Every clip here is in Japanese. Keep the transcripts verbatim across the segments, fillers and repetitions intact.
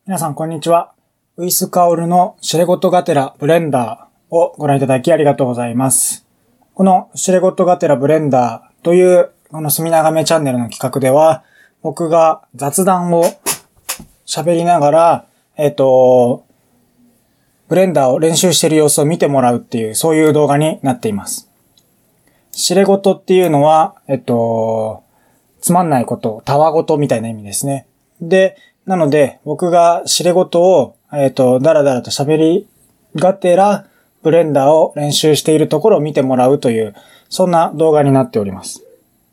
皆さんこんにちは。ウイスカオルのシレゴトガテラブレンダーをご覧いただきありがとうございます。このシレゴトガテラブレンダーというこの隅眺めチャンネルの企画では、僕が雑談を喋りながら、えっと、ブレンダーを練習している様子を見てもらうっていう、そういう動画になっています。シレゴトっていうのは、えっと、つまんないこと、たわごとみたいな意味ですね。で、なので、僕がシレゴトを、えっと、だらだらと喋りがてら、ブレンダーを練習しているところを見てもらうという、そんな動画になっております。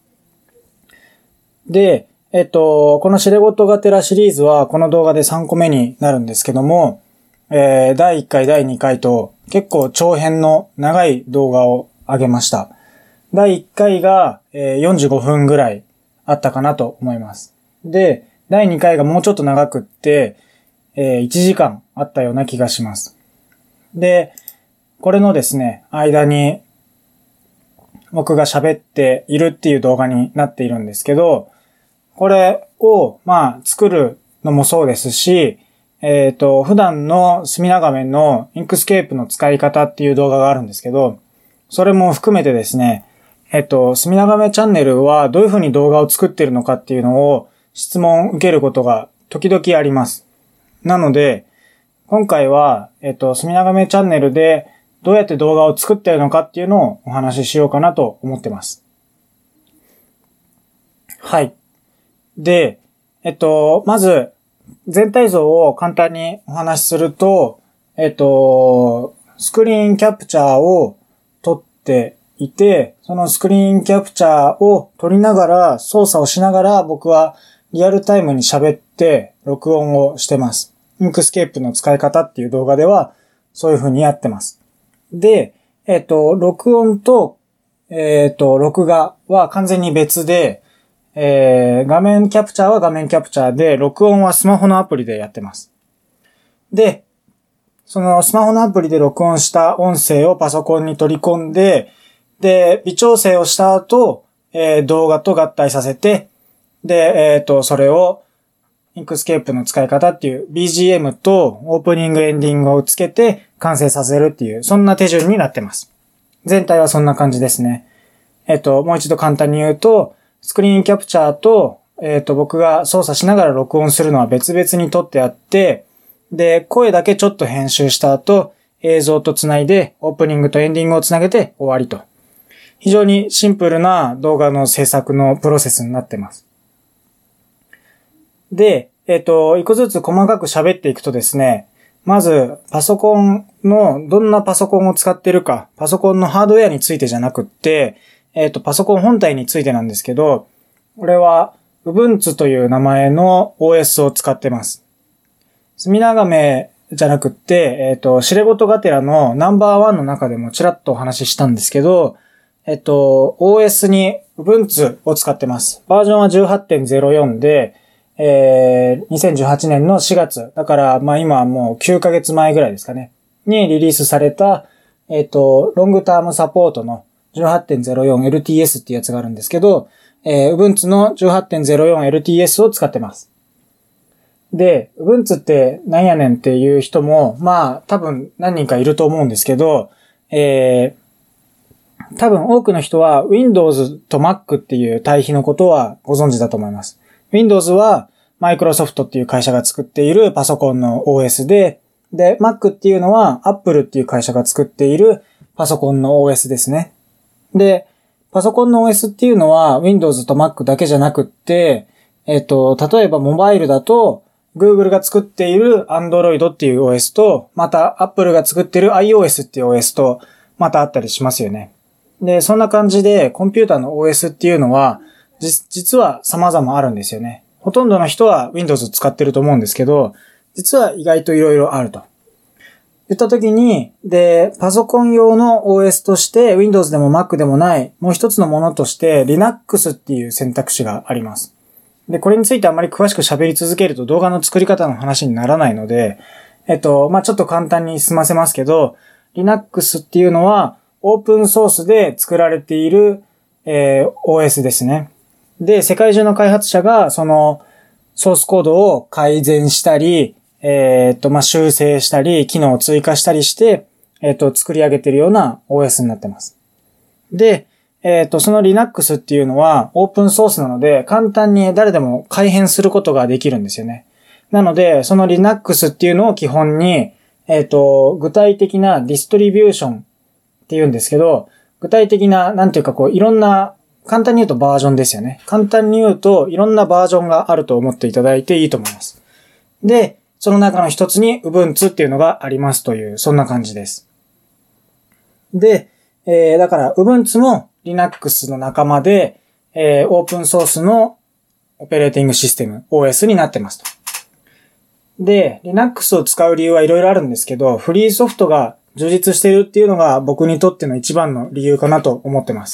で、えっと、このシレゴトがてらシリーズは、この動画でさんこめになるんですけども、えー、だいいっかい、だいにかいと、結構長編の長い動画を上げました。だいいっかいが、えー、よんじゅうごふんぐらいあったかなと思います。で、だいにかいがもうちょっと長くって、えー、いちじかんあったような気がします。で、これのですね、間に僕が喋っているっていう動画になっているんですけど、これを、まあ、作るのもそうですし、えっと、普段の隅眺めのインクスケープの使い方っていう動画があるんですけど、それも含めてですね、えっと、隅眺めチャンネルはどういうふうに動画を作っているのかっていうのを質問を受けることが時々あります。なので、今回は、えっと、隅眺めチャンネルでどうやって動画を作っているのかっていうのをお話ししようかなと思ってます。はい。で、えっと、まず、全体像を簡単にお話しすると、えっと、スクリーンキャプチャーを撮っていて、そのスクリーンキャプチャーを撮りながら、操作をしながら僕はリアルタイムに喋って録音をしてます。インクスケープの使い方っていう動画ではそういう風にやってます。で、えっと、録音と、えっと、録画は完全に別で、えー、画面キャプチャーは画面キャプチャーで、録音はスマホのアプリでやってます。で、そのスマホのアプリで録音した音声をパソコンに取り込んで、で、微調整をした後、えー、動画と合体させて、で、えっと、それをインクスケープの使い方っていう ビージーエム とオープニングエンディングをつけて完成させるっていう、そんな手順になってます。全体はそんな感じですね。えっと、もう一度簡単に言うと、スクリーンキャプチャーと、えっと、僕が操作しながら録音するのは別々に撮ってあって、で、声だけちょっと編集した後、映像とつないで、オープニングとエンディングをつなげて終わりと。非常にシンプルな動画の制作のプロセスになってます。で、えっと、一個ずつ細かく喋っていくとですね、まず、パソコンの、どんなパソコンを使っているか、パソコンのハードウェアについてじゃなくって、えっと、パソコン本体についてなんですけど、これは、Ubuntu という名前の オーエス を使ってます。隅眺めじゃなくって、えっと、シレゴトがてらのナンバーワンの中でもちらっとお話ししたんですけど、えっと、オーエス に Ubuntu を使ってます。バージョンは じゅうはちてんゼロよん で、えー、にせんじゅうはちねんのしがつ。だから、まあ今はもうきゅうかげつまえぐらいですかね。にリリースされた、えっと、ロングタームサポートの じゅうはちてんゼロよんエルティーエス っていうやつがあるんですけど、えー、Ubuntu の じゅうはちてんゼロよんエルティーエス を使ってます。で、Ubuntu ってなんやねんっていう人も、まあ多分何人かいると思うんですけど、えー、多分多くの人は Windows と Mac っていう対比のことはご存知だと思います。Windows は Microsoft っていう会社が作っているパソコンの オーエス で、で、Mac っていうのは Apple っていう会社が作っているパソコンの オーエス ですね。で、パソコンの オーエス っていうのは Windows と Mac だけじゃなくって、えっと、例えばモバイルだと Google が作っている Android っていう オーエス と、また Apple が作っている iOS っていう オーエス と、またあったりしますよね。で、そんな感じでコンピューターの オーエス っていうのは、実は様々あるんですよね。ほとんどの人は Windows 使ってると思うんですけど、実は意外と色々あると。言った時に、で、パソコン用の オーエス として Windows でも Mac でもないもう一つのものとして Linux っていう選択肢があります。で、これについてあまり詳しく喋り続けると動画の作り方の話にならないので、えっと、まあ、ちょっと簡単に済ませますけど、Linux っていうのはオープンソースで作られている、えー、オーエス ですね。で、世界中の開発者がそのソースコードを改善したり、 えっと、まあ、修正したり、機能を追加したりして、えっと、作り上げてるような オーエス になってます。で、えっと、その Linux っていうのはオープンソースなので、簡単に誰でも改変することができるんですよね。なので、その Linux っていうのを基本に、えっと、具体的なディストリビューションって言うんですけど、具体的な、なんていうかこう、いろんな、簡単に言うとバージョンですよね。簡単に言うと、いろんなバージョンがあると思っていただいていいと思います。で、その中の一つに Ubuntu っていうのがありますという、そんな感じです。で、えー、だから Ubuntu も Linux の仲間で、えー、オープンソースのオペレーティングシステム、オーエス になってますと。で、Linux を使う理由はいろいろあるんですけど、フリーソフトが充実しているっていうのが僕にとっての一番の理由かなと思ってます。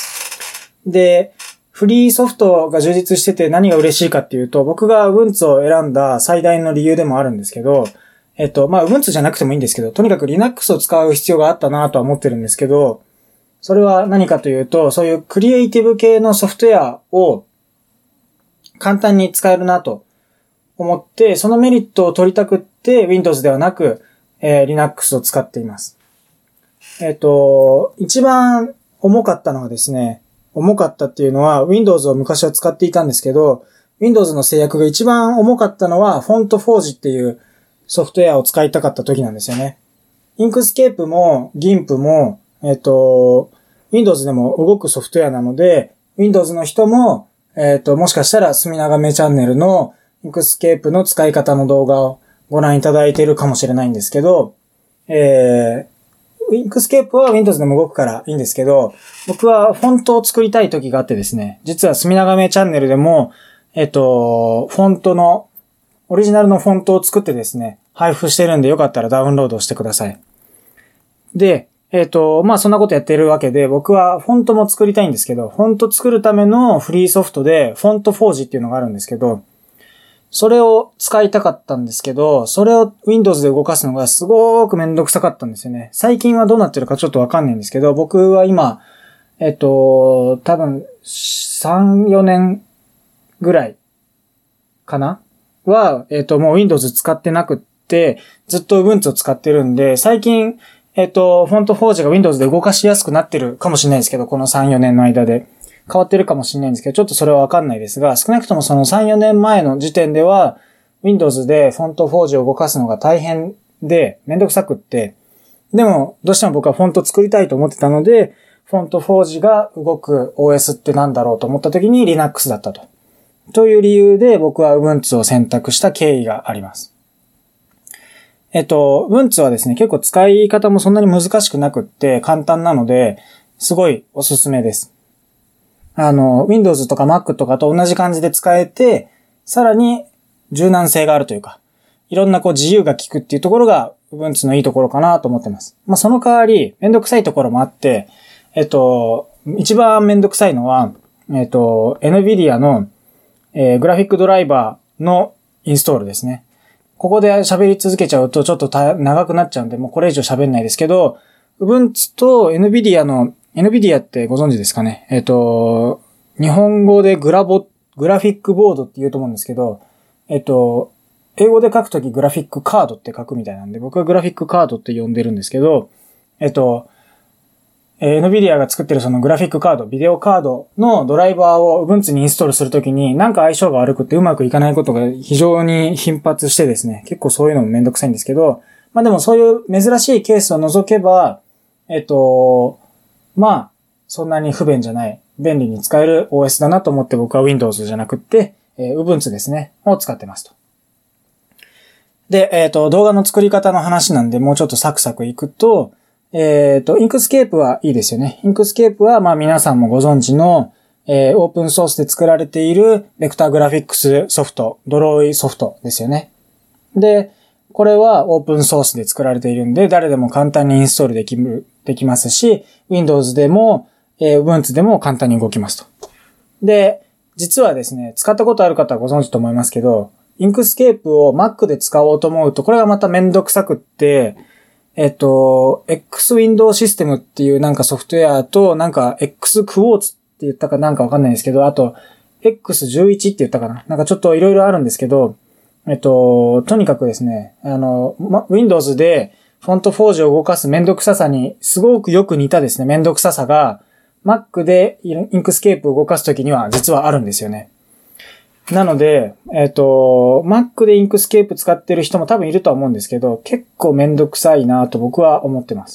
で、フリーソフトが充実してて何が嬉しいかっていうと、僕が Ubuntu を選んだ最大の理由でもあるんですけど、えっと、まあ、Ubuntu じゃなくてもいいんですけど、とにかく Linux を使う必要があったなとは思ってるんですけど、それは何かというと、そういうクリエイティブ系のソフトウェアを簡単に使えるなと思って、そのメリットを取りたくって Windows ではなく、えー、Linux を使っています。えっと、一番重かったのはですね、重かったっていうのは Windows を昔は使っていたんですけど、Windows の制約が一番重かったのは FontForge っていうソフトウェアを使いたかった時なんですよね。Inkscape も ギンプ も、えっと、Windows でも動くソフトウェアなので、Windows の人も、えっと、もしかしたらすみながめチャンネルの Inkscape の使い方の動画をご覧いただいているかもしれないんですけど、えー、Inkscape は Windows でも動くからいいんですけど、僕はフォントを作りたい時があってですね、実はすみながめチャンネルでも、えっと、フォントの、オリジナルのフォントを作ってですね、配布してるんでよかったらダウンロードしてください。で、えっと、まあ、そんなことやってるわけで、僕はフォントも作りたいんですけど、フォント作るためのフリーソフトで、フォントフォージっていうのがあるんですけど、それを使いたかったんですけど、それを Windows で動かすのがすごーくめんどくさかったんですよね。最近はどうなってるかちょっとわかんないんですけど、僕は今、えっと、多分、さん、よねんぐらいかなは、えっと、もう Windows 使ってなくって、ずっと Ubuntu を使ってるんで、最近、えっと、フォントフォージが Windows で動かしやすくなってるかもしれないですけど、このさん、よねんの間で。変わってるかもしれないんですけど、ちょっとそれはわかんないですが、少なくともそのさん、よねんまえの時点では、Windows でフォントフォージを動かすのが大変で、めんどくさくって、でも、どうしても僕はフォント作りたいと思ってたので、フォントフォージが動く オーエス ってなんだろうと思った時に Linux だったと。という理由で僕は Ubuntu を選択した経緯があります。えっと、Ubuntu はですね、結構使い方もそんなに難しくなくって簡単なので、すごいおすすめです。あの、Windows とか Mac とかと同じ感じで使えて、さらに柔軟性があるというか、いろんなこう自由が利くっていうところが Ubuntu のいいところかなと思ってます。まあ、その代わり、めんどくさいところもあって、えっと、一番めんどくさいのは、えっと、NVIDIA の、えー、グラフィックドライバーのインストールですね。ここで喋り続けちゃうとちょっと長くなっちゃうんで、もうこれ以上喋んないですけど、Ubuntu と NVIDIA の、NVIDIA ってご存知ですかね？えっと、日本語でグラボ、グラフィックボードって言うと思うんですけど、えっと、英語で書くときグラフィックカードって書くみたいなんで、僕はグラフィックカードって呼んでるんですけど、えっと、えー、NVIDIA が作ってるそのグラフィックカード、ビデオカードのドライバーを Ubuntu にインストールするときになんか相性が悪くてうまくいかないことが非常に頻発してですね、結構そういうのもめんどくさいんですけど、まあでもそういう珍しいケースを除けば、えっと、まあ、そんなに不便じゃない、便利に使える オーエス だなと思って僕は Windows じゃなくって、えー、Ubuntu ですね、を使ってますと。で、えっと、動画の作り方の話なんでもうちょっとサクサクいくと、えっと、Inkscape はいいですよね。Inkscape はまあ皆さんもご存知の、えー、オープンソースで作られているベクターグラフィックスソフト、ドローイソフトですよね。で、これはオープンソースで作られているんで、誰でも簡単にインストールできる、できますし、Windows でも、えー、Ubuntu でも簡単に動きますと。で、実はですね、使ったことある方はご存知と思いますけど、Inkscape を Mac で使おうと思うと、これがまためんどくさくって、えっと、X Window System っていうなんかソフトウェアと、なんか X Quartz って言ったかなんかわかんないですけど、あと エックスじゅういち って言ったかななんかちょっといろいろあるんですけど、 えっと、とにかくですね、あの、ま、Windows でフォントフォージを動かすめんどくささにすごくよく似たですね、めんどくささが Mac でインクスケープを動かすときには実はあるんですよね。なので、えっと、Mac でインクスケープ使ってる人も多分いるとは思うんですけど、結構めんどくさいなと僕は思ってます。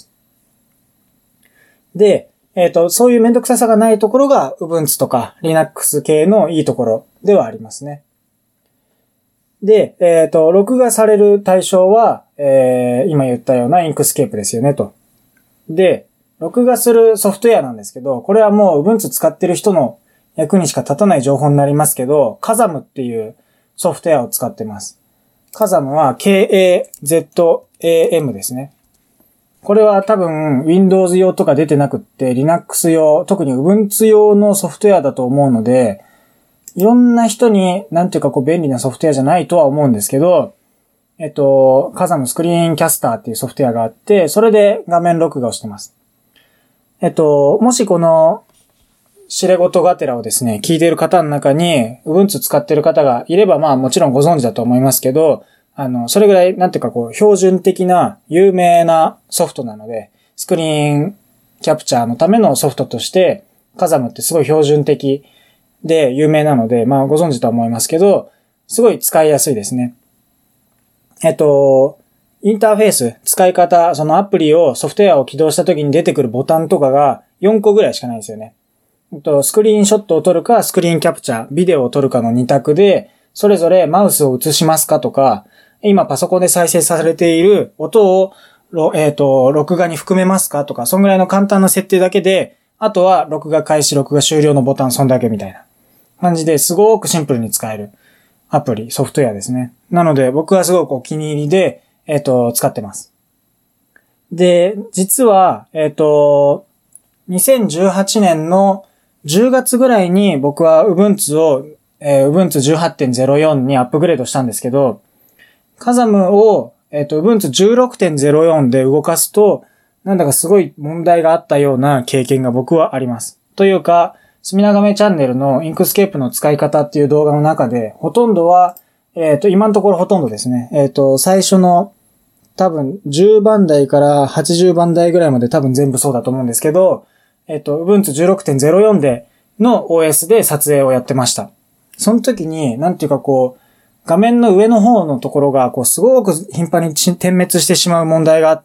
で、えっと、そういうめんどくささがないところが Ubuntu とか Linux 系のいいところではありますね。で、えっと、録画される対象は、えー、今言ったようなインクスケープですよねと。で、録画するソフトウェアなんですけど、これはもう Ubuntu 使ってる人の役にしか立たない情報になりますけど、カザムっていうソフトウェアを使ってます。カザムは ケーエーゼットエーエム ですね。これは多分 Windows 用とか出てなくって Linux 用、特に Ubuntu 用のソフトウェアだと思うので、いろんな人になんていうかこう便利なソフトウェアじゃないとは思うんですけど、えっと、カザムスクリーンキャスターっていうソフトウェアがあって、それで画面録画をしてます。えっと、もしこの知れ事がてらをですね、聞いている方の中に Ubuntu 使っている方がいれば、まあもちろんご存知だと思いますけど、あの、それぐらいなんていうかこう標準的な有名なソフトなので、スクリーンキャプチャーのためのソフトとして、カザムってすごい標準的で有名なので、まあご存知とは思いますけど、すごい使いやすいですね。えっと、インターフェース、使い方、そのアプリを、ソフトウェアを起動した時に出てくるボタンとかがよんこぐらいしかないんですよね。えっと、スクリーンショットを撮るか、スクリーンキャプチャー、ビデオを撮るかのに択で、それぞれマウスを映しますかとか、今パソコンで再生されている音を、えっと、録画に含めますかとか、そんぐらいの簡単な設定だけで、あとは録画開始、録画終了のボタン、そんだけみたいな感じですごくシンプルに使えるアプリ、ソフトウェアですね。なので僕はすごくお気に入りで、えっと、使ってます。で、実は、えっと、にせんじゅうはちねんのじゅうがつぐらいに僕は Ubuntu を、えー、Ubuntu じゅうはちてんゼロよん にアップグレードしたんですけど、カザムを、えっと、Ubuntu じゅうろくてんゼロよん で動かすと、なんだかすごい問題があったような経験が僕はあります。というか、すみながめチャンネルのインクスケープの使い方っていう動画の中で、ほとんどは、えっと、今のところほとんどですね、えっと、最初の多分じゅうばん台からはちじゅうばん台ぐらいまで多分全部そうだと思うんですけど、えっと、Ubuntu じゅうろくてんゼロよん での オーエス で撮影をやってました。その時に、なんていうかこう、画面の上の方のところが、こう、すごく頻繁に点滅してしまう問題があって、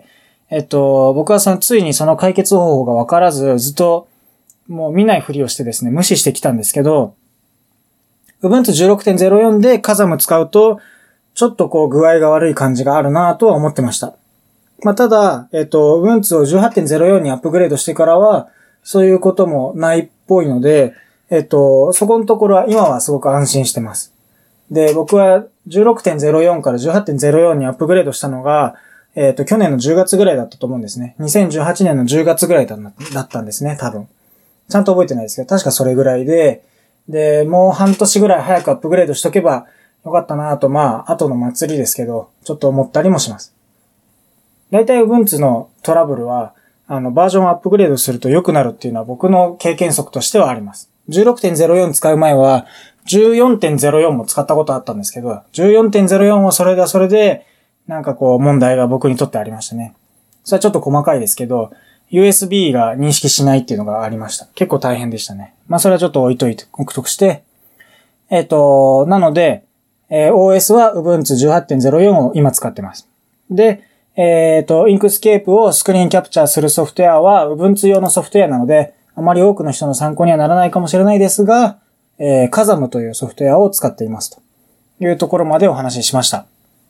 えっと、僕はその、ついにその解決方法がわからず、ずっと、もう見ないふりをしてですね、無視してきたんですけど、Ubuntu じゅうろくてんゼロよん でカザム使うと、ちょっとこう、具合が悪い感じがあるなぁとは思ってました。まあ、ただ、えっと、Ubuntu を じゅうはちてんゼロよん にアップグレードしてからは、そういうこともないっぽいので、えっと、そこのところは今はすごく安心してます。で、僕は じゅうろくてんゼロよん から じゅうはちてんゼロよん にアップグレードしたのが、えっと、去年のじゅうがつぐらいだったと思うんですね。にせんじゅうはちねんのじゅうがつぐらいだったんですね、多分。ちゃんと覚えてないですけど、確かそれぐらいで、で、もう半年ぐらい早くアップグレードしとけばよかったなぁと、まあ、後の祭りですけど、ちょっと思ったりもします。だいたい Ubuntu のトラブルは、あの、バージョンをアップグレードすると良くなるっていうのは僕の経験則としてはあります。じゅうろくてんゼロよん 使う前は、じゅうよんてんゼロよん も使ったことあったんですけど、じゅうよんてんゼロよん はそれだそれで、なんかこう問題が僕にとってありましたね。それはちょっと細かいですけど、ユーエスビー が認識しないっていうのがありました。結構大変でしたね。まあそれはちょっと置いといて、置くとして、えっと、なので、えー、オーエス は Ubuntu じゅうはちてんゼロよん を今使ってます。で、えっと、インクスケープをスクリーンキャプチャーするソフトウェアは Ubuntu 用のソフトウェアなので、あまり多くの人の参考にはならないかもしれないですが、えー、カザムというソフトウェアを使っていますというところまでお話ししました。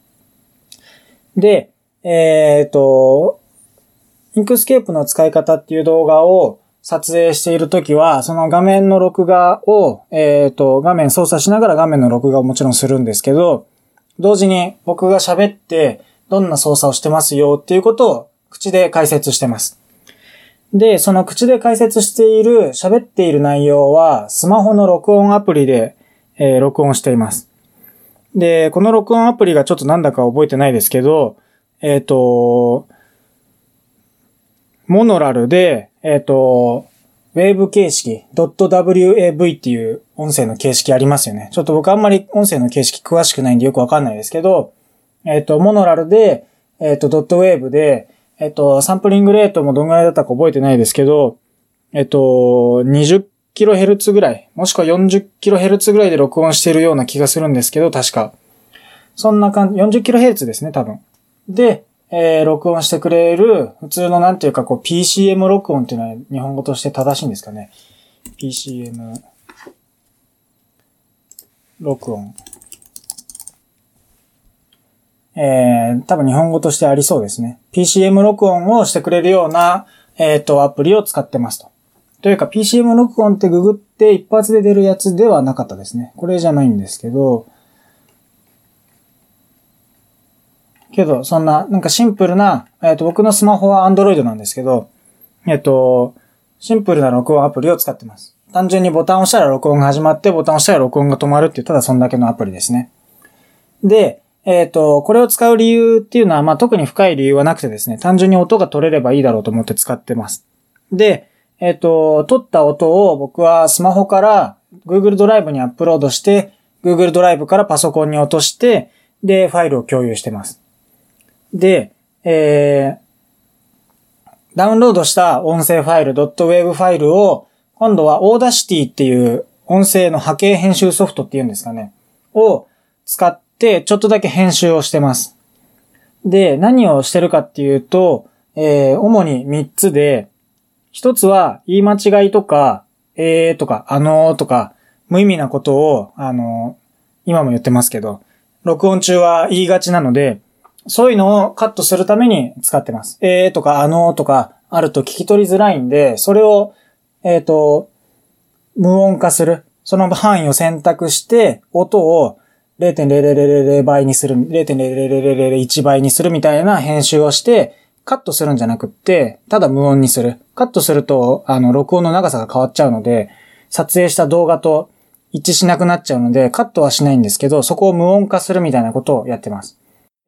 で、えっと、インクスケープの使い方っていう動画を撮影しているときは、その画面の録画を、えっと、画面操作しながら画面の録画をもちろんするんですけど、同時に僕が喋ってどんな操作をしてますよっていうことを口で解説してます。で、その口で解説している、喋っている内容は、スマホの録音アプリで、えー、録音しています。で、この録音アプリがちょっとなんだか覚えてないですけど、えっと、モノラルで、えっと、 ウェーブ形式、.wav っていう音声の形式ありますよね。ちょっと僕あんまり音声の形式詳しくないんでよくわかんないですけど、えっと、モノラルで、えっと、.wav で、えっと、サンプリングレートもどんぐらいだったか覚えてないですけど、えっと、にじゅっキロヘルツ ぐらい、もしくは よんじゅっキロヘルツ ぐらいで録音しているような気がするんですけど、確か。そんな感じ、よんじゅっキロヘルツ ですね、多分。で、えー、録音してくれる、普通のなんていうか、こう、ピーシーエム 録音っていうのは日本語として正しいんですかね。ピーシーエム 録音。えー、多分日本語としてありそうですね。ピーシーエム 録音をしてくれるような、えっと、アプリを使ってますと。というか ピーシーエム 録音ってググって一発で出るやつではなかったですね。これじゃないんですけど、けど、そんな、なんかシンプルな、えっと、僕のスマホは Android なんですけど、えっと、シンプルな録音アプリを使ってます。単純にボタンを押したら録音が始まって、ボタンを押したら録音が止まるっていう、ただそんだけのアプリですね。で、えっと、これを使う理由っていうのは、まあ、特に深い理由はなくてですね、単純に音が取れればいいだろうと思って使ってます。で、えっと、取った音を僕はスマホから Google ドライブにアップロードして、Google ドライブからパソコンに落として、で、ファイルを共有してます。で、えー、ダウンロードした音声ファイル、.wav ファイルを、今度は Audacity っていう音声の波形編集ソフトっていうんですかね、を使って、ちょっとだけ編集をしてます。で、何をしてるかっていうと、えー、主にみっつで、一つは言い間違いとか、えーとか、あのーとか、無意味なことを、あのー、今も言ってますけど、録音中は言いがちなので、そういうのをカットするために使ってます。えーとか、あのーとか、あると聞き取りづらいんで、それを、えーと、無音化する。その範囲を選択して、音を ゼロてんゼロゼロゼロゼロ 倍にする、ゼロてんゼロゼロゼロゼロいち 倍にするみたいな編集をして、カットするんじゃなくって、ただ無音にする。カットすると、あの、録音の長さが変わっちゃうので、撮影した動画と一致しなくなっちゃうので、カットはしないんですけど、そこを無音化するみたいなことをやってます。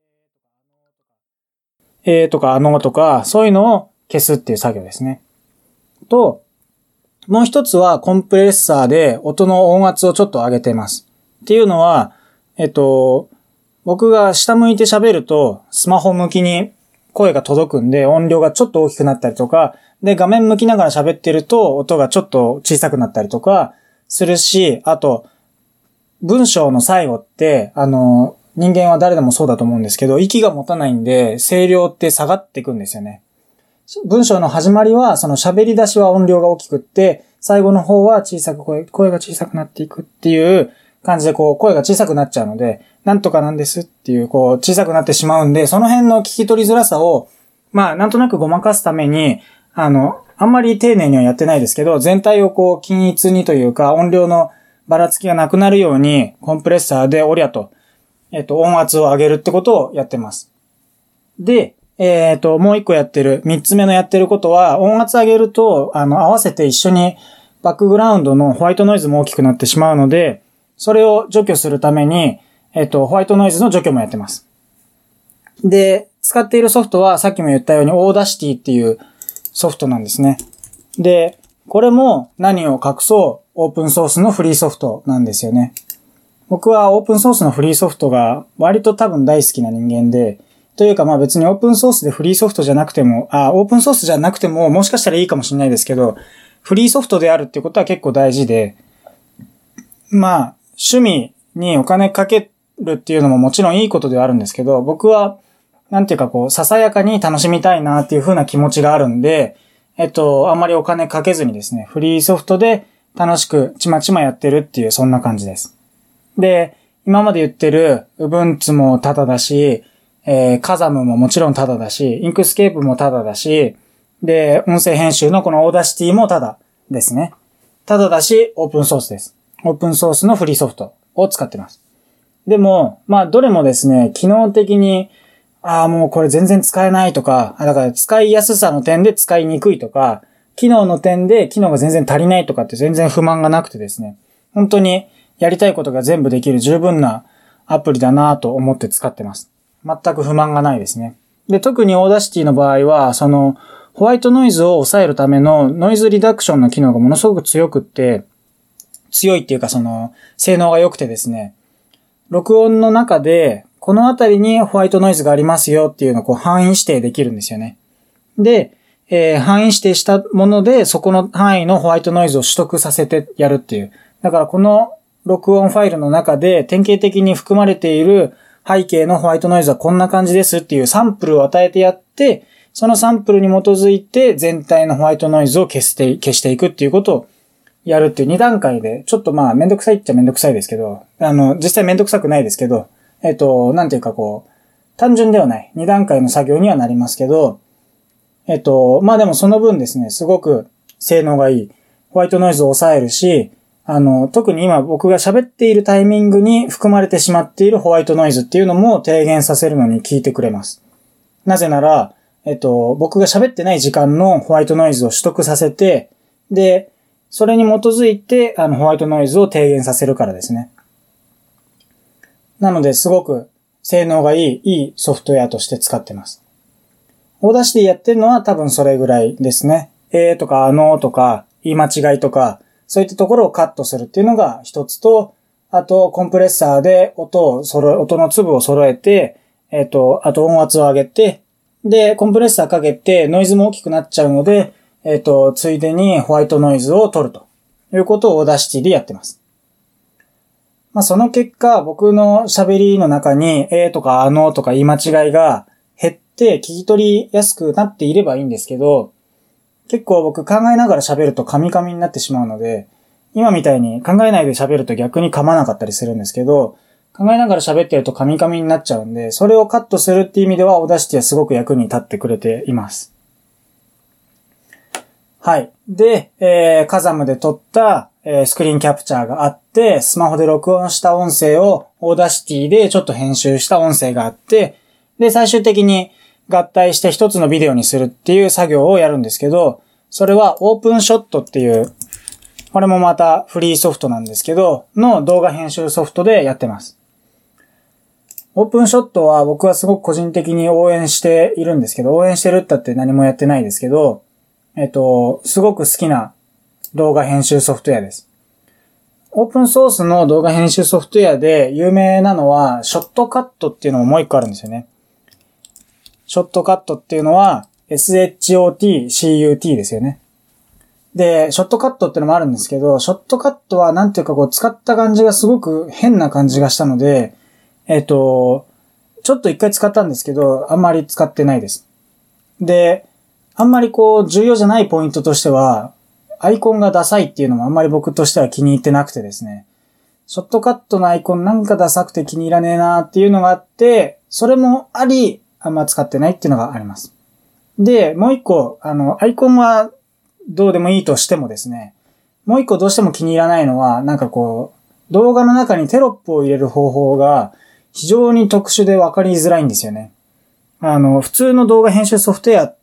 えーとか、あのとか、そういうのを消すっていう作業ですね。と、もう一つはコンプレッサーで音の音圧をちょっと上げてます。っていうのは、えっと、僕が下向いて喋ると、スマホ向きに声が届くんで、音量がちょっと大きくなったりとか、で、画面向きながら喋ってると、音がちょっと小さくなったりとかするし、あと、文章の最後って、あの、人間は誰でもそうだと思うんですけど、息が持たないんで、声量って下がっていくんですよね。文章の始まりは、その喋り出しは音量が大きくって、最後の方は小さく声、声が小さくなっていくっていう感じで、こう、声が小さくなっちゃうので、なんとかなんですっていう、こう、小さくなってしまうんで、その辺の聞き取りづらさを、まあ、なんとなくごまかすために、あの、あんまり丁寧にはやってないですけど、全体をこう、均一にというか、音量のばらつきがなくなるように、コンプレッサーでおりゃと、えっと、音圧を上げるってことをやってます。で、えっと、もう一個やってる、三つ目のやってることは、音圧上げると、あの、合わせて一緒にバックグラウンドのホワイトノイズも大きくなってしまうので、それを除去するために、えっと、ホワイトノイズの除去もやってます。で、使っているソフトは、さっきも言ったように、Audacityっていうソフトなんですね。で、これも何を隠そう、オープンソースのフリーソフトなんですよね。僕はオープンソースのフリーソフトが割と多分大好きな人間で、というかまあ別にオープンソースでフリーソフトじゃなくても、あ、オープンソースじゃなくてももしかしたらいいかもしれないですけど、フリーソフトであるっていうことは結構大事で、まあ趣味にお金かけるっていうのももちろんいいことではあるんですけど、僕はなんていうかこうささやかに楽しみたいなっていう風な気持ちがあるんで、えっと、あんまりお金かけずにですね、フリーソフトで楽しくちまちまやってるっていうそんな感じです。で、今まで言ってる Ubuntu もタダだし、えー、カザムももちろんタダだし、インクスケープもタダだし、で、音声編集のこの Audacity もタダですね。タダだし、オープンソースです。オープンソースのフリーソフトを使ってます。でも、まあ、どれもですね、機能的に、ああ、もうこれ全然使えないとか、だから使いやすさの点で使いにくいとか、機能の点で機能が全然足りないとかって全然不満がなくてですね、本当にやりたいことが全部できる十分なアプリだなぁと思って使ってます。全く不満がないですね。 で、特にオーダーシティの場合は、その、ホワイトノイズを抑えるためのノイズリダクションの機能がものすごく強くって、強いっていうかその、性能が良くてですね、録音の中で、このあたりにホワイトノイズがありますよっていうのをこう範囲指定できるんですよね。で、えー、範囲指定したもので、そこの範囲のホワイトノイズを取得させてやるっていう。だからこの録音ファイルの中で典型的に含まれている背景のホワイトノイズはこんな感じですっていうサンプルを与えてやって、そのサンプルに基づいて全体のホワイトノイズを消して、消していくっていうことをやるっていうに段階で、ちょっとまあめんどくさいっちゃめんどくさいですけど、あの、実際めんどくさくないですけど、えっと、なんていうかこう、単純ではないに段階の作業にはなりますけど、えっと、まあでもその分ですね、すごく性能がいい。ホワイトノイズを抑えるし、あの、特に今僕が喋っているタイミングに含まれてしまっているホワイトノイズっていうのも低減させるのに効いてくれます。なぜなら、えっと、僕が喋ってない時間のホワイトノイズを取得させて、で、それに基づいて、あの、ホワイトノイズを低減させるからですね。なので、すごく性能がいい、いいソフトウェアとして使ってます。オーダーシティやってるのは多分それぐらいですね。えーとか、あのーとか、言い間違いとか、そういったところをカットするっていうのが一つと、あと、コンプレッサーで音を揃え、音の粒を揃えて、えっと、あと音圧を上げて、で、コンプレッサーかけてノイズも大きくなっちゃうので、えっと、ついでにホワイトノイズを取るということをオーダーシティでやってます。まあ、その結果、僕の喋りの中に、えーとか、あのーとか言い間違いが減って聞き取りやすくなっていればいいんですけど、結構僕考えながら喋ると噛み噛みになってしまうので、今みたいに考えないで喋ると逆に噛まなかったりするんですけど、考えながら喋ってると噛み噛みになっちゃうんで、それをカットするっていう意味ではオーダーシティはすごく役に立ってくれています。はい。で、えー、カザムで撮った、えー、スクリーンキャプチャーがあって、スマホで録音した音声をオーダーシティでちょっと編集した音声があって、で、最終的に合体して一つのビデオにするっていう作業をやるんですけど、それはオープンショットっていう、これもまたフリーソフトなんですけど、の動画編集ソフトでやってます。オープンショットは僕はすごく個人的に応援しているんですけど、応援してるったって何もやってないですけど、えっと、すごく好きな動画編集ソフトウェアです。オープンソースの動画編集ソフトウェアで有名なのは、ショットカットっていうのももう一個あるんですよね。ショットカットっていうのは、エスエイチオーティーシーユーティー ですよね。で、ショットカットってのもあるんですけど、ショットカットはなんていうかこう使った感じがすごく変な感じがしたので、えっと、ちょっと一回使ったんですけど、あんまり使ってないです。で、あんまりこう重要じゃないポイントとしては、アイコンがダサいっていうのもあんまり僕としては気に入ってなくてですね、ショットカットのアイコンなんかダサくて気に入らねえなっていうのがあって、それもあり、あんま使ってないっていうのがあります。で、もう一個、あの、アイコンはどうでもいいとしてもですね、もう一個どうしても気に入らないのは、なんかこう、動画の中にテロップを入れる方法が非常に特殊で分かりづらいんですよね。あの、普通の動画編集ソフトウェアって、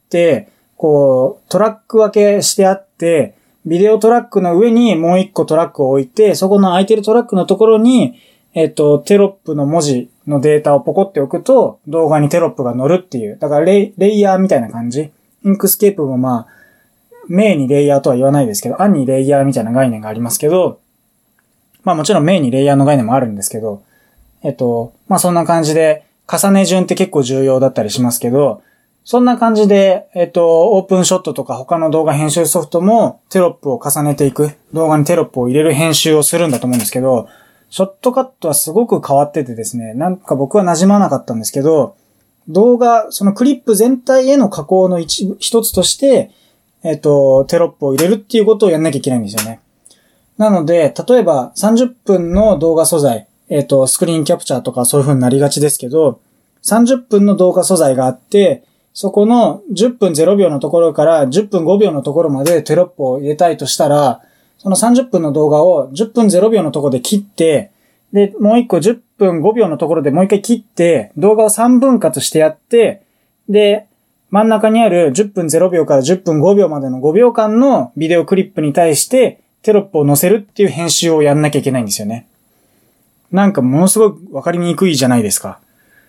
こう、トラック分けしてあって、ビデオトラックの上にもう一個トラックを置いて、そこの空いてるトラックのところに、えっと、テロップの文字のデータをポコっておくと、動画にテロップが載るっていう。だからレイ、レイヤーみたいな感じ。インクスケープもまあ、名にレイヤーとは言わないですけど、暗にレイヤーみたいな概念がありますけど、まあもちろん名にレイヤーの概念もあるんですけど、えっと、まあそんな感じで、重ね順って結構重要だったりしますけど、そんな感じで、えっと、オープンショットとか他の動画編集ソフトもテロップを重ねていく、動画にテロップを入れる編集をするんだと思うんですけど、ショットカットはすごく変わっててですね、なんか僕は馴染まなかったんですけど、動画、そのクリップ全体への加工の一部、一つとして、えっと、テロップを入れるっていうことをやんなきゃいけないんですよね。なので、例えばさんじゅっぷんの動画素材、えっと、スクリーンキャプチャーとかそういう風になりがちですけど、さんじゅっぷんの動画素材があって、そこのじゅっぷんぜろびょうのところからじゅっぷんごびょうのところまでテロップを入れたいとしたら、そのさんじゅっぷんの動画をじゅっぷんぜろびょうのところで切って、で、もう一個じゅっぷんごびょうのところでもう一回切って、動画をさんぶん割してやって、で、真ん中にあるじゅっぷんぜろびょうからじゅっぷんごびょうまでのごびょうかんのビデオクリップに対してテロップを載せるっていう編集をやんなきゃいけないんですよね。なんかものすごくわかりにくいじゃないですか。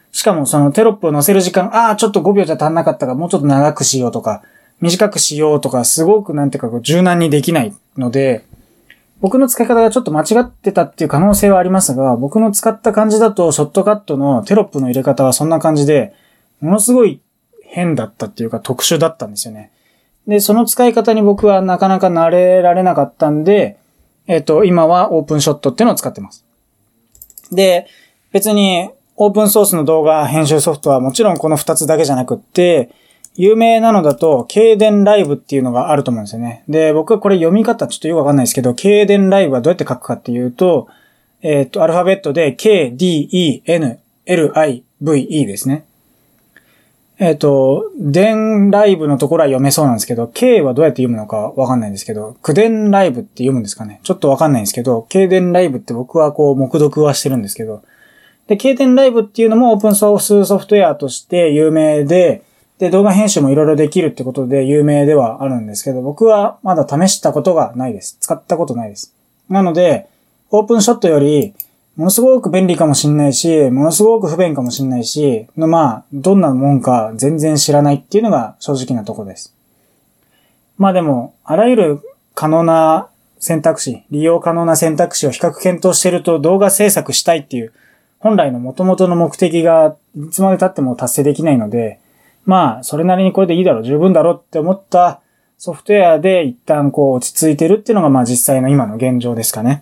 しかもそのテロップを載せる時間、ああ、ちょっとごびょうじゃ足んなかったからもうちょっと長くしようとか、短くしようとか、すごくなんていうかこう柔軟にできないので、僕の使い方がちょっと間違ってたっていう可能性はありますが、僕の使った感じだとショットカットのテロップの入れ方はそんな感じで、ものすごい変だったっていうか特殊だったんですよね。で、その使い方に僕はなかなか慣れられなかったんで、えっと、今はオープンショットっていうのを使ってます。で、別にオープンソースの動画編集ソフトはもちろんこのふたつだけじゃなくって、有名なのだと、ケイデンライブっていうのがあると思うんですよね。で、僕はこれ読み方ちょっとよくわかんないですけど、ケイデンライブはどうやって書くかっていうと、えっと、アルファベットで ケーディーイーエヌエルアイブイイー ですね。えっと、電ライブのところは読めそうなんですけど、K はどうやって読むのかわかんないんですけど、クデンライブって読むんですかね。ちょっとわかんないんですけど、ケイデンライブって僕はこう、目読はしてるんですけど、で、ケイデンライブっていうのもオープンソースソフトウェアとして有名で、で、動画編集もいろいろできるってことで有名ではあるんですけど、僕はまだ試したことがないです。使ったことないです。なので、オープンショットより、ものすごく便利かもしんないし、ものすごく不便かもしんないし、まあ、どんなもんか全然知らないっていうのが正直なところです。まあでも、あらゆる可能な選択肢、利用可能な選択肢を比較検討していると動画制作したいっていう、本来の元々の目的がいつまで経っても達成できないので、まあ、それなりにこれでいいだろう、十分だろうって思ったソフトウェアで一旦こう落ち着いてるっていうのがまあ実際の今の現状ですかね。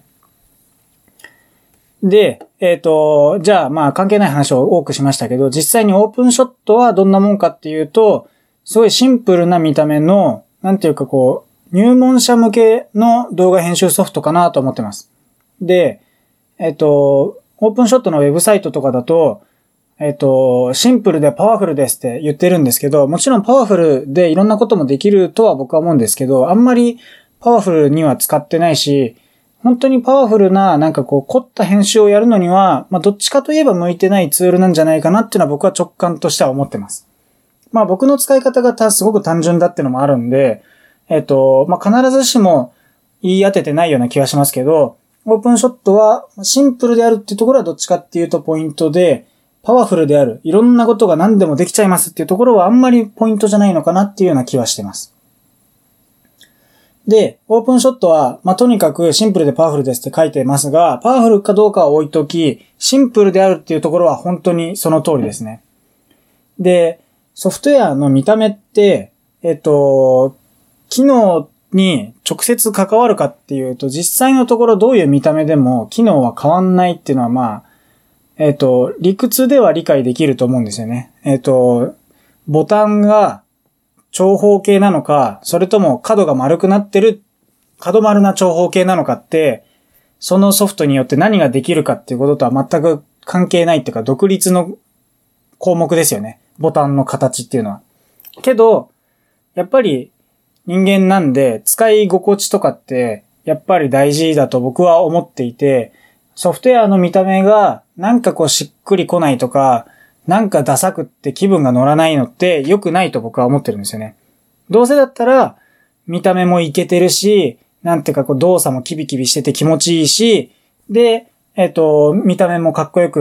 で、えっと、じゃあまあ関係ない話を多くしましたけど、実際にオープンショットはどんなもんかっていうと、すごいシンプルな見た目の、なんていうかこう、入門者向けの動画編集ソフトかなと思ってます。で、えっと、オープンショットのウェブサイトとかだと、えっと、シンプルでパワフルですって言ってるんですけど、もちろんパワフルでいろんなこともできるとは僕は思うんですけど、あんまりパワフルには使ってないし、本当にパワフルな、なんかこう、凝った編集をやるのには、まあ、どっちかといえば向いてないツールなんじゃないかなっていうのは僕は直感としては思ってます。まあ、僕の使い方がたすごく単純だっていうのもあるんで、えっと、まあ、必ずしも言い当ててないような気がしますけど、オープンショットはシンプルであるっていうところはどっちかっていうとポイントで、パワフルである、いろんなことが何でもできちゃいますっていうところはあんまりポイントじゃないのかなっていうような気はしてます。で、オープンショットは、まあ、とにかくシンプルでパワフルですって書いてますが、パワフルかどうかは置いとき、シンプルであるっていうところは本当にその通りですね。で、ソフトウェアの見た目って、えっと、機能に直接関わるかっていうと、実際のところどういう見た目でも機能は変わんないっていうのはまあ、えっと、理屈では理解できると思うんですよね。えっと、ボタンが長方形なのか、それとも角が丸くなってる、角丸な長方形なのかって、そのソフトによって何ができるかっていうこととは全く関係ないっていうか、独立の項目ですよね。ボタンの形っていうのは。けど、やっぱり人間なんで、使い心地とかって、やっぱり大事だと僕は思っていて、ソフトウェアの見た目がなんかこうしっくりこないとか、なんかダサくって気分が乗らないのって良くないと僕は思ってるんですよね。どうせだったら見た目もイケてるし、なんていうかこう動作もキビキビしてて気持ちいいし、で、えっと、見た目もかっこよくって、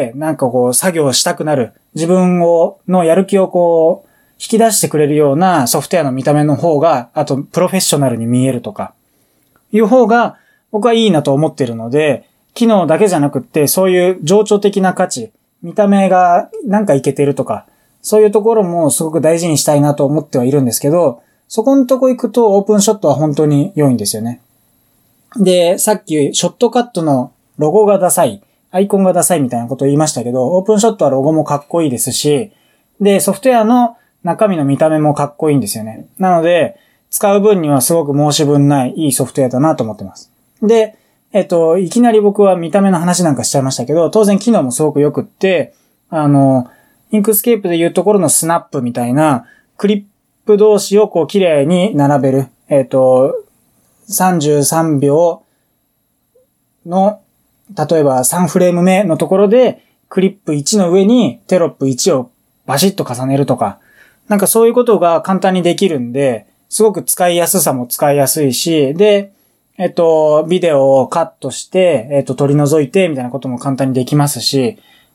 なんかこう作業したくなる、自分を、のやる気をこう引き出してくれるようなソフトウェアの見た目の方が、あとプロフェッショナルに見えるとか、いう方が僕はいいなと思ってるので、機能だけじゃなくって、そういう情緒的な価値、見た目がなんかイケてるとか、そういうところもすごく大事にしたいなと思ってはいるんですけど、そこのとこ行くとオープンショットは本当に良いんですよね。で、さっきショットカットのロゴがダサい、アイコンがダサいみたいなことを言いましたけど、オープンショットはロゴもかっこいいですし、で、ソフトウェアの中身の見た目もかっこいいんですよね。なので、使う分にはすごく申し分ないいいソフトウェアだなと思ってます。で、えっと、いきなり僕は見た目の話なんかしちゃいましたけど、当然機能もすごく良くって、あの、インクスケープでいうところのスナップみたいな、クリップ同士をこう綺麗に並べる、えっと、さんじゅうさんびょうの、例えばさんフレーム目のところで、クリップいちの上にテロップいちをバシッと重ねるとか、なんかそういうことが簡単にできるんで、すごく使いやすさも使いやすいし、で、えっと、ビデオをカットして、えっと、取り除いて、みたいなことも簡単にできますし、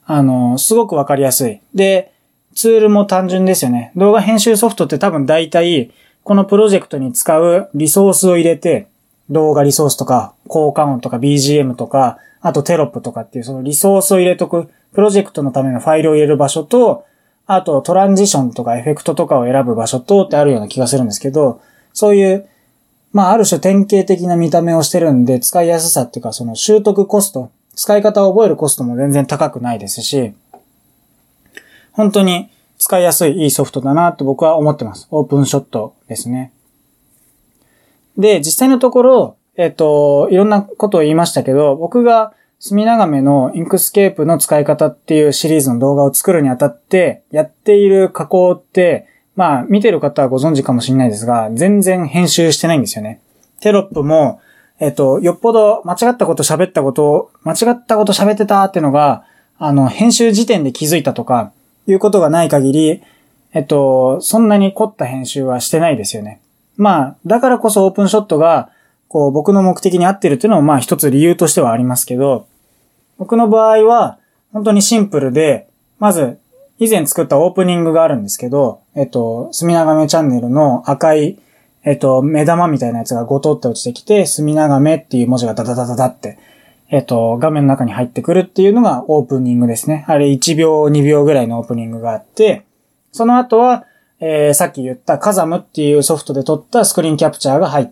あの、すごくわかりやすい。で、ツールも単純ですよね。動画編集ソフトって多分大体、このプロジェクトに使うリソースを入れて、動画リソースとか、効果音とか ビージーエム とか、あとテロップとかっていうそのリソースを入れとく、プロジェクトのためのファイルを入れる場所と、あとトランジションとかエフェクトとかを選ぶ場所とってあるような気がするんですけど、そういう、まあある種典型的な見た目をしてるんで、使いやすさっていうかその習得コスト、使い方を覚えるコストも全然高くないですし、本当に使いやすいいいソフトだなと僕は思ってます。オープンショットですね。で、実際のところ、えっと、いろんなことを言いましたけど、僕が墨長めのインクスケープの使い方っていうシリーズの動画を作るにあたってやっている加工って、まあ見てる方はご存知かもしれないですが、全然編集してないんですよね。テロップも、えっと、よっぽど間違ったこと喋ったことを、間違ったこと喋ってたっていうのが、あの、編集時点で気づいたとか、いうことがない限り、えっと、そんなに凝った編集はしてないですよね。まあ、だからこそオープンショットが、こう、僕の目的に合ってるっていうのも、まあ一つ理由としてはありますけど、僕の場合は、本当にシンプルで、まず、以前作ったオープニングがあるんですけど、えっと、墨長めチャンネルの赤い、えっと、目玉みたいなやつがゴトって落ちてきて、墨長めっていう文字がダダダダダって、えっと、画面の中に入ってくるっていうのがオープニングですね。あれいちびょう、にびょうぐらいのオープニングがあって、その後は、えー、さっき言ったカザムっていうソフトで撮ったスクリーンキャプチャーが入って、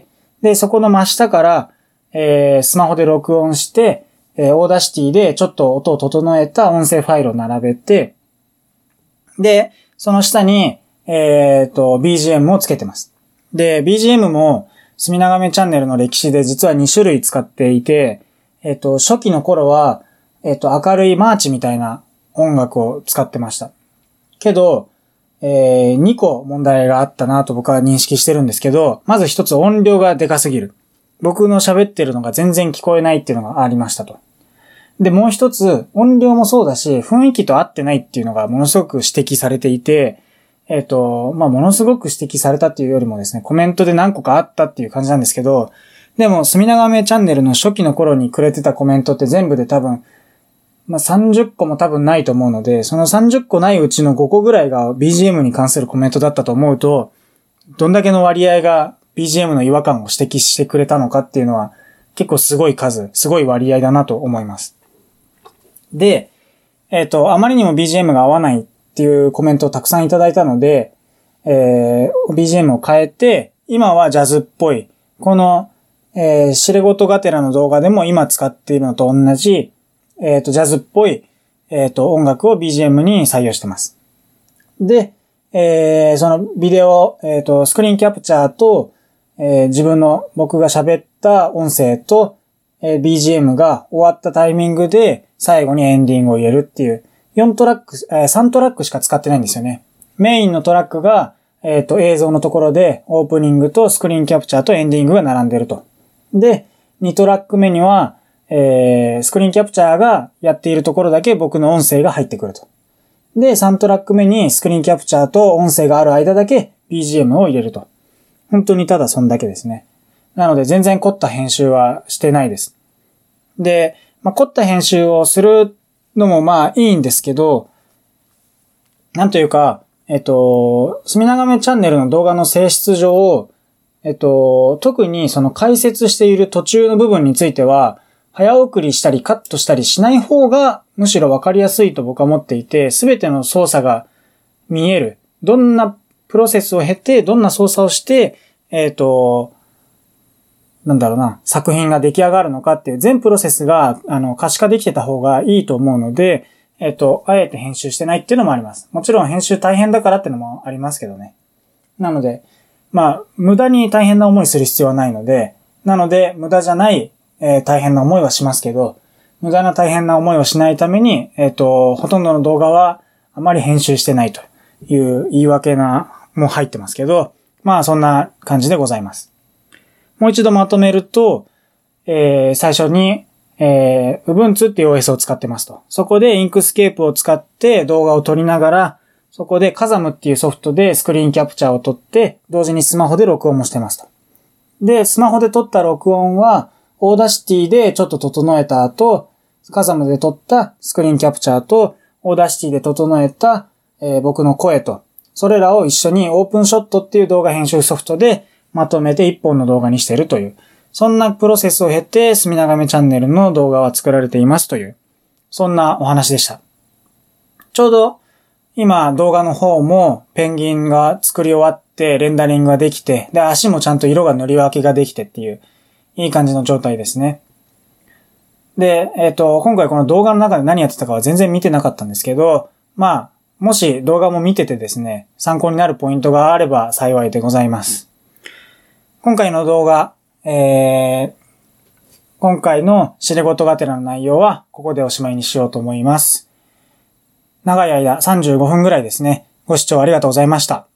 で、そこの真下から、えー、スマホで録音して、えー、オーダーシティでちょっと音を整えた音声ファイルを並べて、で、その下に、えっと、ビージーエム をつけてます。で、ビージーエム も、墨長めチャンネルの歴史で実はにしゅるい使っていて、えっと、初期の頃は、えっと、明るいマーチみたいな音楽を使ってました。けど、えー、にこ問題があったなと僕は認識してるんですけど、まず一つ音量がでかすぎる。僕の喋ってるのが全然聞こえないっていうのがありましたと。で、もう一つ、音量もそうだし、雰囲気と合ってないっていうのがものすごく指摘されていて、えっと、まあ、ものすごく指摘されたっていうよりもですね、コメントで何個かあったっていう感じなんですけど、でも、墨長めチャンネルの初期の頃にくれてたコメントって全部で多分、まあ、さんじゅっこも多分ないと思うので、そのさんじゅっこないうちのごこぐらいが ビージーエム に関するコメントだったと思うと、どんだけの割合が ビージーエム の違和感を指摘してくれたのかっていうのは、結構すごい数、すごい割合だなと思います。で、えっと、あまりにも ビージーエム が合わないっていうコメントをたくさんいただいたので、えー、ビージーエム を変えて、今はジャズっぽい、この、えー、しれごとがてらの動画でも今使っているのと同じ、えっと、ジャズっぽい、えっと、音楽を ビージーエム に採用してます。で、えー、そのビデオ、えっと、スクリーンキャプチャーと、えー、自分の僕が喋った音声と、えー、ビージーエム が終わったタイミングで最後にエンディングを入れるっていうよんトラック、えー、さんトラックしか使ってないんですよね。メインのトラックが、えっと、映像のところでオープニングとスクリーンキャプチャーとエンディングが並んでると。で、にトラック目には、えー、スクリーンキャプチャーがやっているところだけ僕の音声が入ってくると。で、さんトラック目にスクリーンキャプチャーと音声がある間だけ ビージーエム を入れると。本当にただそんだけですね。なので全然凝った編集はしてないです。で、まあ、凝った編集をするのもまあいいんですけど、なんというか、えっと、墨長めチャンネルの動画の性質上、えっと、特にその解説している途中の部分については、早送りしたりカットしたりしない方がむしろわかりやすいと僕は思っていて、すべての操作が見える。どんなプロセスを経て、どんな操作をして、えっと、なんだろうな、作品が出来上がるのかっていう全プロセスが、あの、可視化できてた方がいいと思うので、えっと、あえて編集してないっていうのもあります。もちろん編集大変だからっていうのもありますけどね。なので、まあ、無駄に大変な思いする必要はないので、なので、無駄じゃない、えー、大変な思いはしますけど、無駄な大変な思いをしないために、えっと、ほとんどの動画はあまり編集してないという言い訳な、も入ってますけど、まあ、そんな感じでございます。もう一度まとめると、えー、最初に、えー、Ubuntu っていう オーエス を使ってますと。そこで Inkscape を使って動画を撮りながら、そこで カザム っていうソフトでスクリーンキャプチャーを撮って、同時にスマホで録音もしてますと。で、スマホで撮った録音は、オーダーシティでちょっと整えた後、 カザムで撮ったスクリーンキャプチャーと、オーダーシティで整えた、えー、僕の声と、それらを一緒にオープンショットっていう動画編集ソフトでまとめて一本の動画にしているという、そんなプロセスを経て、すみながめチャンネルの動画は作られていますという、そんなお話でした。ちょうど、今動画の方もペンギンが作り終わってレンダリングができて、で、足もちゃんと色が塗り分けができてっていう、いい感じの状態ですね。で、えっと、今回この動画の中で何やってたかは全然見てなかったんですけど、まあ、もし動画も見ててですね、参考になるポイントがあれば幸いでございます。今回の動画、えー、今回の知れごとがてらの内容はここでおしまいにしようと思います。長い間さんじゅうごふんぐらいですね、ご視聴ありがとうございました。